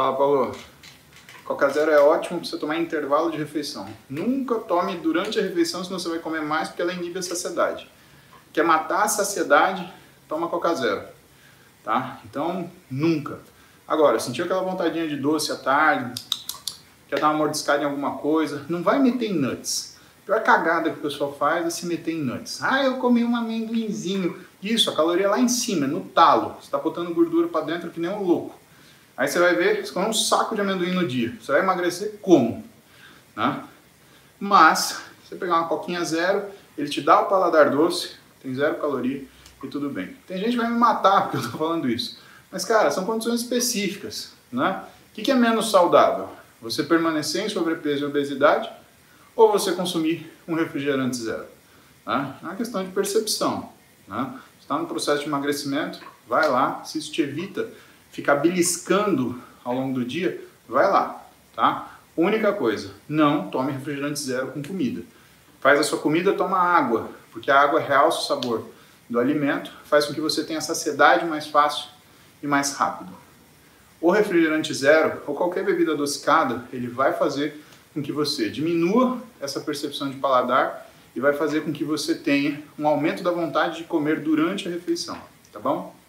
Fala, Paulo. Coca Zero é ótimo para você tomar em intervalo de refeição. Nunca tome durante a refeição, senão você vai comer mais, porque ela inibe a saciedade. Quer matar a saciedade? Toma Coca Zero. Tá? Então, nunca. Agora, sentiu aquela vontadinha de doce à tarde, quer dar uma mordiscada em alguma coisa, não vai meter em nuts. A pior cagada que o pessoal faz é se meter em nuts. Ah, eu comi um amendoinzinho. Isso, a caloria é lá em cima, no talo. Você está botando gordura para dentro que nem um louco. Aí você vai ver, você come um saco de amendoim no dia. Você vai emagrecer como? Né? Mas, se você pegar uma coquinha zero, ele te dá o paladar doce, tem zero caloria e tudo bem. Tem gente que vai me matar porque eu estou falando isso. Mas, cara, são condições específicas. Né? O que é menos saudável? Você permanecer em sobrepeso e obesidade ou você consumir um refrigerante zero? Né? É uma questão de percepção. Né? Você está no processo de emagrecimento, vai lá. Se isso te evita ficar beliscando ao longo do dia, vai lá, tá? Única coisa, não tome refrigerante zero com comida. Faz a sua comida, toma água, porque a água realça o sabor do alimento, faz com que você tenha saciedade mais fácil e mais rápido. O refrigerante zero, ou qualquer bebida adocicada, ele vai fazer com que você diminua essa percepção de paladar e vai fazer com que você tenha um aumento da vontade de comer durante a refeição, tá bom?